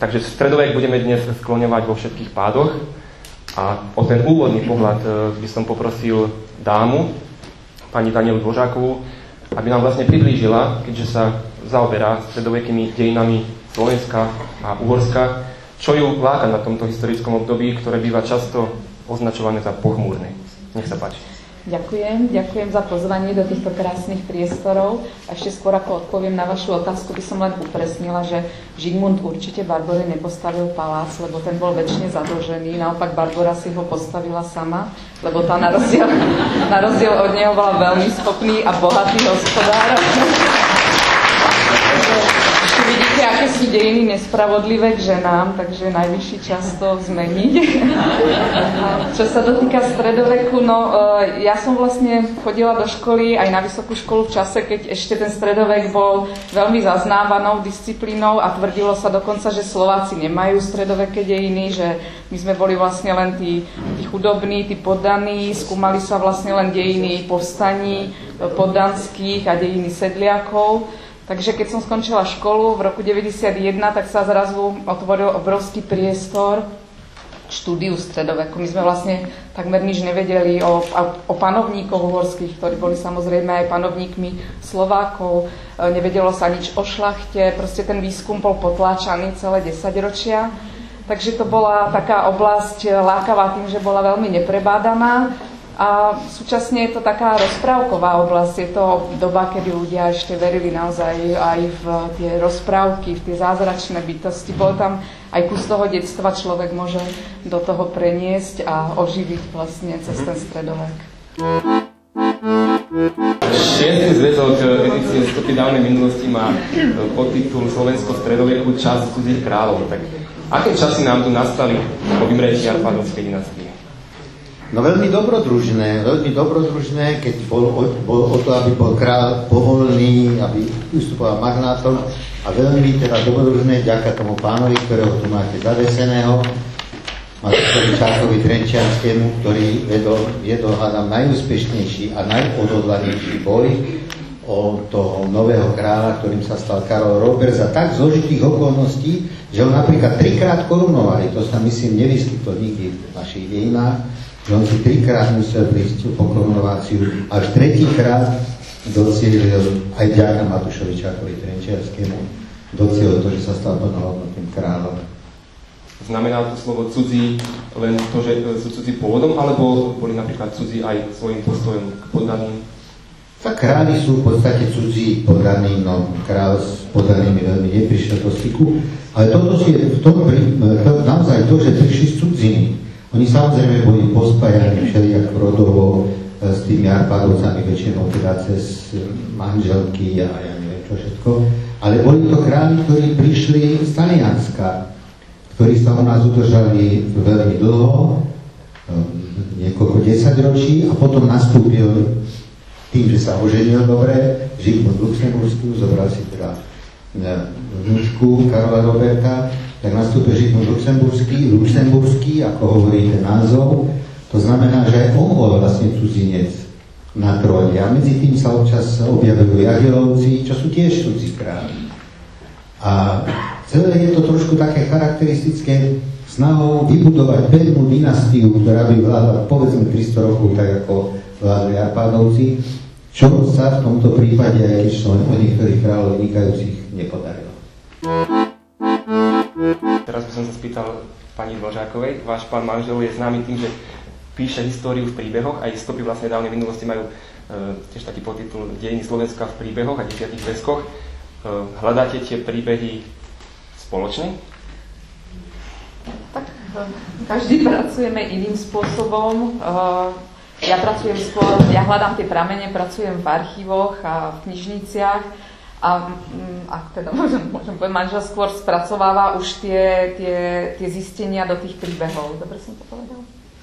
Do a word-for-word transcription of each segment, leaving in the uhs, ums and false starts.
takže stredovek budeme dnes skloňovať vo všetkých pádoch a o ten úvodný pohľad by som poprosil dámu, pani Danielu Dvořákovú, aby nám vlastne priblížila, keďže sa zaoberá stredovekými dejinami Slovenska a Uhorska, čo ju láka na tomto historickom období, ktoré býva často označované za pochmúrne. Nech sa páči. Ďakujem, ďakujem za pozvanie do týchto krásnych priestorov. A ešte skôr ako odpoviem na vašu otázku, by som len upresnila, že Žigmund určite Barbore nepostavil palác, lebo ten bol väčšine zadlžený. Naopak Barbora si ho postavila sama, lebo tá na rozdiel, na rozdiel od neho bola veľmi schopný a bohatý hospodár. Vidíte, aké sú dejiny nespravodlivé k ženám, takže je najvyšší čas to zmeniť. Čo sa dotýka stredoveku, no ja som vlastne chodila do školy aj na vysokú školu v čase, keď ešte ten stredovek bol veľmi zaznávanou disciplínou a tvrdilo sa dokonca, že Slováci nemajú stredoveké dejiny, že my sme boli vlastne len tí, tí chudobní, tí poddaní, skúmali sa vlastne len dejiny povstaní poddanských a dejiny sedliakov. Takže keď som skončila školu v roku deväťdesiatjeden, tak sa zrazu otvoril obrovský priestor štúdiu stredoveku. My sme vlastne takmer nič nevedeli o, o panovníkoch uhorských, ktorí boli samozrejme aj panovníkmi Slovákov. Nevedelo sa nič o šlachte, proste ten výskum bol potláčaný celé desaťročia. Takže to bola taká oblasť lákavá tým, že bola veľmi neprebádaná. A súčasne je to taká rozprávková oblasť. Je to doba, kedy ľudia ešte verili naozaj aj v tie rozprávky, v tie zázračné bytosti. Bolo tam aj kus toho detstva, človek môže do toho preniesť a oživiť vlastne cez ten stredovek. Šiestý zväzok edície Stopy dávnej minulosti má podtitul Slovensko v stredoveku, čas cudzích kráľov. Tak aké časy nám tu nastali po vymretí Arpádovskej dynastie? No veľmi dobrodružné, veľmi dobrodružné, keď bol, bol o to, aby bol kráľ povolný, aby ustupoval magnátom a veľmi teda dobrodružné vďaka tomu pánovi, ktorého tu máte zaveseného, Matošovi Čákovi Trenčianskému, ktorý vedol, viedol hádam najúspešnejší a najodhodlanejší boj o toho nového kráľa, ktorým sa stal Karol Robert za tak zložitých okolností, že ho napríklad trikrát korunovali, to sa myslím nevyskytlo nikdy v našich dejinách, že on si trikrát musel prísť po korunováciu, až tretíkrát docielil aj vďaka Matúšovi Čákovi Trenčianskému docielil to, že sa stal plnohodnotným kráľom. Znamená to slovo cudzí len to, že sú cudzí pôvodom, alebo boli napríklad cudzí aj svojím postojom k poddaným? Tak králi sú v podstate cudzí poddaní, no kráľ s poddanými veľmi neprišiel do styku, ale toto si je v tom naozaj to, že prišli z cudziny. Oni samozrejme boli pospájani všelijak rodovo s tými Arpádovcami, väčšinou teda cez manželky a ja neviem čo všetko, ale boli to králi, ktorí prišli z Talianska, ktorí sa u nás udržali veľmi dlho, niekoľko desaťročí a potom nastúpil tým, že sa oženil dobre, Žigmund Luxemburský, zobral si teda vnúčku Karola Roberta, tak nastúpil Žigmund Luxemburský, Luxemburský, ako hovorí ten názov. To znamená, že aj on bol vlastne cudzinec na tróne. A medzi tým sa občas objavujú Jagiellovci, čo sú tiež cudzí králi. A celé je to trošku také charakteristické snahou vybudovať pevnú dynastiu, ktorá by vládla povedzme tristo rokov, tak ako vládli Arpádovci, čo sa v tomto prípade aj išlo o niektorých kráľov vynikajúcich nepodarilo. Teraz by som sa spýtal pani Dvořákovej. Váš pán manžel je známy tým, že píše históriu v príbehoch. Aj Stopy vlastne dávnej minulosti majú e, tiež taký podtitul Dejiny Slovenska v príbehoch a desiatich zväzkoch. E, hľadáte tie príbehy spoločne? Tak každý pracujeme iným spôsobom. E, ja pracujem skôr, ja hľadám tie pramene, pracujem v archívoch a v knižniciach. A ak teda môžem, môžem povedať, manžel skôr spracováva už tie, tie, tie zistenia do tých príbehov. Dobre som to povedal?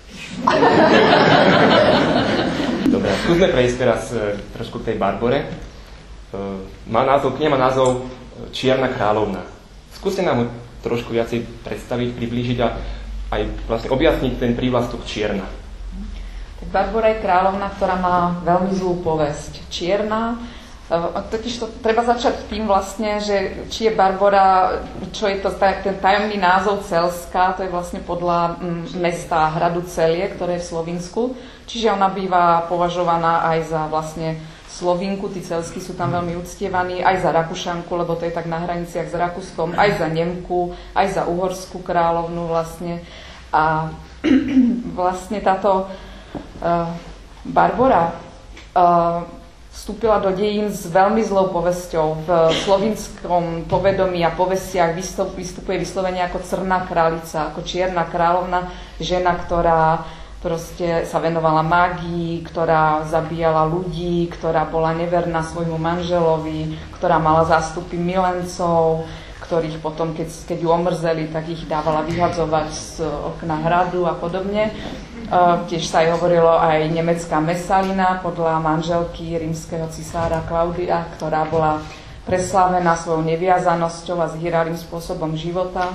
Dobre, skúsme prejsť teraz trošku k tej Barbore. Má názov, kniha má názov Čierna kráľovna. Skúste nám ho trošku viacej predstaviť, priblížiť a aj vlastne objasniť ten prívlastok čierna. Tak Barbora je kráľovna, ktorá má veľmi zlú povesť. Čierna Totiž to treba začať tým vlastne, že či je Barbora, čo je to ten tajomný názov Celská, to je vlastne podľa mesta hradu Celie, ktoré je v Slovinsku. Čiže ona býva považovaná aj za vlastne Slovinku, tí Celskí sú tam veľmi uctievaní, aj za Rakúšanku, lebo to je tak na hraniciach s Rakúskom, aj za Nemku, aj za uhorskú kráľovnú vlastne. A vlastne táto uh, Barbara uh, vstúpila do dejín s veľmi zlou povesťou. V slovinskom povedomí a povestiach vystupuje vyslovene ako crná kráľica, ako čierna kráľovna, žena, ktorá proste sa venovala mágii, ktorá zabíjala ľudí, ktorá bola neverná svojmu manželovi, ktorá mala zástupy milencov, ktorých potom, keď, keď ju omrzeli, tak ich dávala vyhadzovať z okna hradu a podobne. Uh, tiež sa aj hovorilo aj nemecká Mesalina podľa manželky rímskeho cisára Klaudia, ktorá bola preslávená svojou neviazanosťou a zhýralým spôsobom života.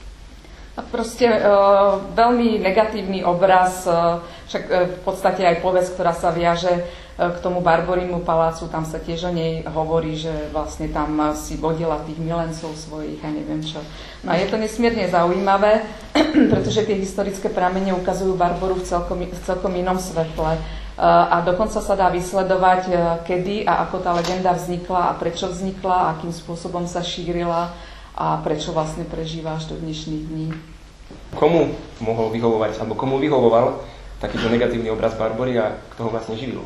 A proste uh, veľmi negatívny obraz, uh, však uh, v podstate aj povesť, ktorá sa viaže uh, k tomu Barborímu palácu, tam sa tiež o nej hovorí, že vlastne tam uh, si vodila tých milencov svojich a neviem čo. No a je to nesmierne zaujímavé, pretože tie historické pramene ukazujú Barboru v celkom, v celkom inom svetle. Uh, a dokonca sa dá vysledovať, uh, kedy a ako tá legenda vznikla a prečo vznikla, akým spôsobom sa šírila a prečo vlastne prežíva až do dnešných dní. Komu mohol vyhovovať, alebo komu vyhovoval takýto negatívny obraz Barbory a kto ho vlastne živil?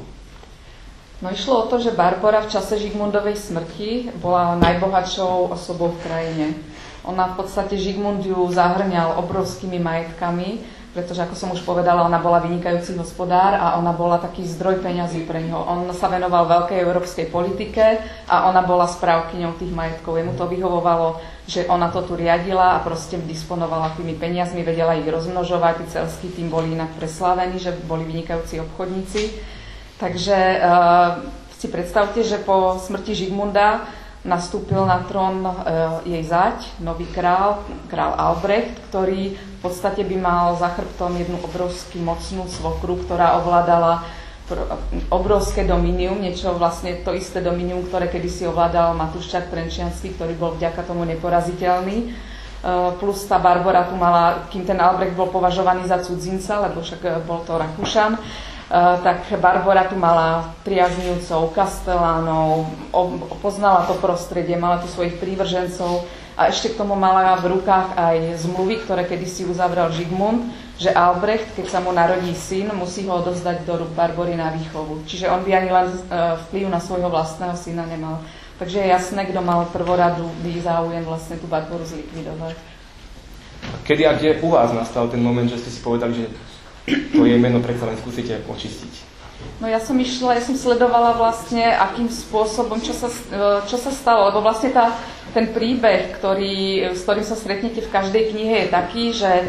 No išlo o to, že Barbora v čase Žigmundovej smrti bola najbohatšou osobou v krajine. Ona v podstate, Žigmund ju zahrňal obrovskými majetkami, pretože, ako som už povedala, ona bola vynikajúci hospodár a ona bola taký zdroj peňazí pre ňo. On sa venoval veľkej európskej politike a ona bola správkyňou tých majetkov. Jemu to vyhovovalo, že ona to tu riadila a proste disponovala tými peniazmi, vedela ich rozmnožovať. Tí Celskí tým boli inak preslávení, že boli vynikajúci obchodníci. Takže uh, si predstavte, že po smrti Žigmunda nastúpil na trón e, jej zať, nový král, král Albrecht, ktorý v podstate by mal za chrbtom jednu obrovský mocnú svokru, ktorá ovládala pr- obrovské dominium, niečo vlastne to isté dominium, ktoré kedysi ovládal Matúščak Trenčiansky, ktorý bol vďaka tomu neporaziteľný. E, plus tá Barbora tu mala, kým ten Albrecht bol považovaný za cudzinca, lebo však bol to Rakúšan, Uh, tak Barbora tu mala priaznivcov, kastelánov, poznala to prostredie, mala tu svojich prívržencov a ešte k tomu mala v rukách aj zmluvy, ktoré kedysi uzavrel Žigmund, že Albrecht, keď sa mu narodí syn, musí ho odovzdať do rúk Barbory na výchovu. Čiže on by ani len uh, vplyv na svojho vlastného syna nemal. Takže je jasné, kto mal prvoradu záujem vlastne tú Barboru zlikvidovať. Kedy a kde u vás nastal ten moment, že ste si povedali, že to je meno predsa len skúsite očistiť? No ja som išla, ja som sledovala vlastne, akým spôsobom, čo sa, čo sa stalo, lebo vlastne tá, ten príbeh, ktorý, s ktorým sa stretnete v každej knihe, je taký, že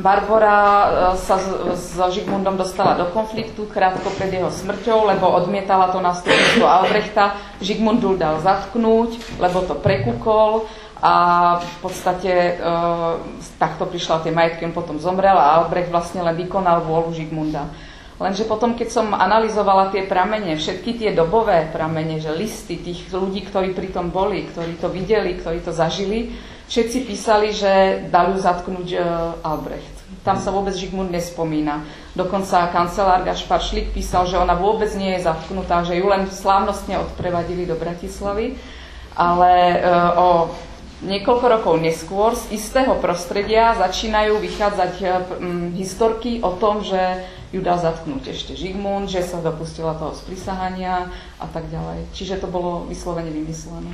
Barbora sa so Žigmundom dostala do konfliktu krátko pred jeho smrťou, lebo odmietala to nástupníctvo Albrechta. Žigmund ju dal zatknúť, lebo to prekúkol. A v podstate e, takto prišla tie majetky, on potom zomrel a Albrecht vlastne len vykonal vôľu Žigmunda. Lenže potom, keď som analyzovala tie pramene, všetky tie dobové pramene, že listy tých ľudí, ktorí pri tom boli, ktorí to videli, ktorí to zažili, všetci písali, že dal ju zatknúť e, Albrecht. Tam sa vôbec Žigmund nespomína. Dokonca kancelár Gašpar Šlik písal, že ona vôbec nie je zatknutá, že ju len slávnostne odprevadili do Bratislavy. Ale e, o niekoľko rokov neskôr z istého prostredia začínajú vychádzať hm, historky o tom, že ju dá zatknúť ešte Žigmund, že sa dopustila toho sprisahania a tak ďalej. Čiže to bolo vyslovene vymyslené.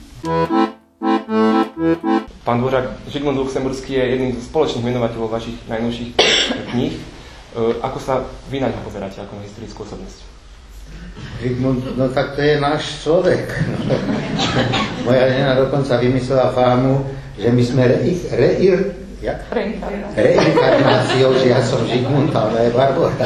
Pán Dvořák, Žigmund Luxemburský je jedným z spoločných menovateľov vašich najnovších kníh. E, ako sa vy na ňu pozeráte ako na historickú osobnosť? Žigmund, no tak to je náš človek. Moja žena dokonca vymyslela fámu, že my sme re, re, re, reinkarnáciou, že ja som Žigmund, a ona je Barbora.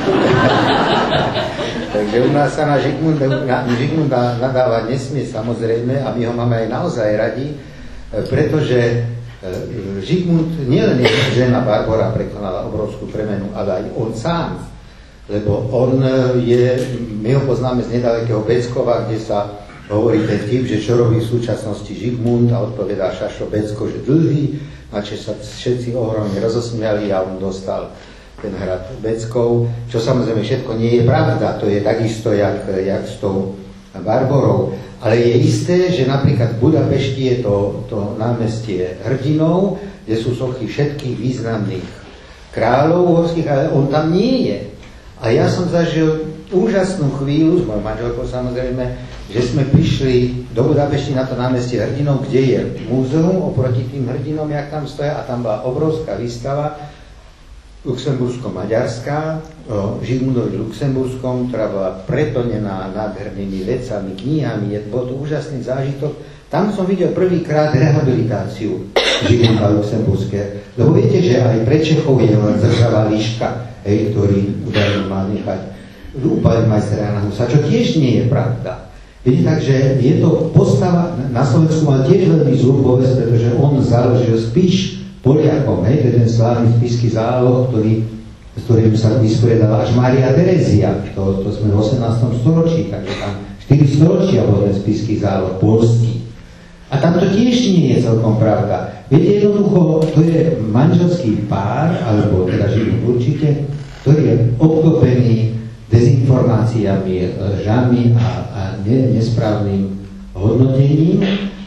Takže u nás sa na Žigmunda, na Žigmunda nadávať nesmie, samozrejme, a my ho máme aj naozaj radi, pretože Žigmund nielen je žena Barbora prekonala obrovskú premenu, ale aj on sám. Lebo on je, my ho poznáme z nedalekého Beckova, kde sa hovorí ten vtip, že čo robí v súčasnosti Žigmund a odpovedá Šašo Becko, že dlhý, na čo sa všetci ohromne rozosmiali a on dostal ten hrad Beckov, čo samozrejme všetko nie je pravda, to je takisto jak, jak s tou Barborou, ale je isté, že napríklad v Budapešti je to, to námestie hrdinov, kde sú sochy všetkých významných kráľov uhorských, ale on tam nie je. A ja som zažil úžasnú chvíľu, s mojou manželkou samozrejme, že sme prišli do Budapešti na to námestie hrdinov, kde je múzeum oproti tým hrdinom, jak tam stoja, a tam bola obrovská výstava luxembursko-maďarská o Žigmundovi Luxemburskom, ktorá bola preplnená nádhernými vecami, knihami, je, bol to úžasný zážitok. Tam som videl prvýkrát rehabilitáciu Žigmunda Luxemburské. Lebo viete, že aj pre Čechov je len zršavá líška, hej, ktorý údajne mal nechať upaliť majstra Jana Husa, čo tiež nie je pravda. Viete, takže je to postava, na Slovensku mal tiež veľmi zlú povesť, pretože on založil Spiš Poliakom, hej, to je ten slávny spišský záloh, ktorý, s ktorým sa vysporiadala až Mária Terezia, to, to sme v osemnástom storočí, takže tam štyri storočia bol ten spišský záloh, polský. A tam to tiež nie je celkom pravda. Viete, jednoducho, to je manželský pár, alebo teda Žigmund určite, ktorý je obklopený dezinformáciami, lžami a, a ne, nesprávnym hodnotením.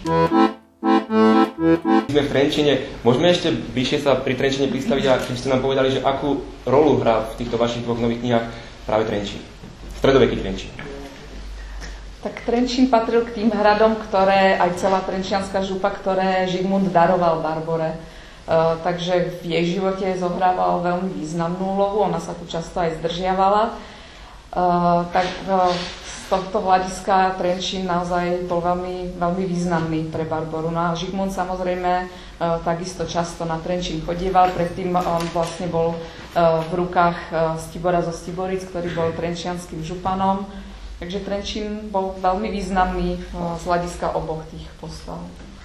Sme v Trenčine. Môžeme ešte bližšie sa pri Trenčine pristaviť a keby ste nám povedali, že akú rolu hrá v týchto vašich dvoch nových knihách práve Trenčín? Stredoveký Trenčín. Tak Trenčín patril k tým hradom, ktoré, aj celá trenčianska župa, ktoré Žigmund daroval Barbore. Uh, takže v jej živote zohrával veľmi významnú úlohu, ona sa tu často aj zdržiavala. Uh, tak uh, z tohto hľadiska Trenčín naozaj bol veľmi, veľmi významný pre Barboru. No a Žigmund samozrejme uh, takisto často na Trenčín chodieval, predtým on vlastne bol uh, v rukách uh, Stibora zo Stiboric, ktorý bol trenčianskym županom. Takže Trenčín bol veľmi významný uh, z hľadiska oboch tých postav.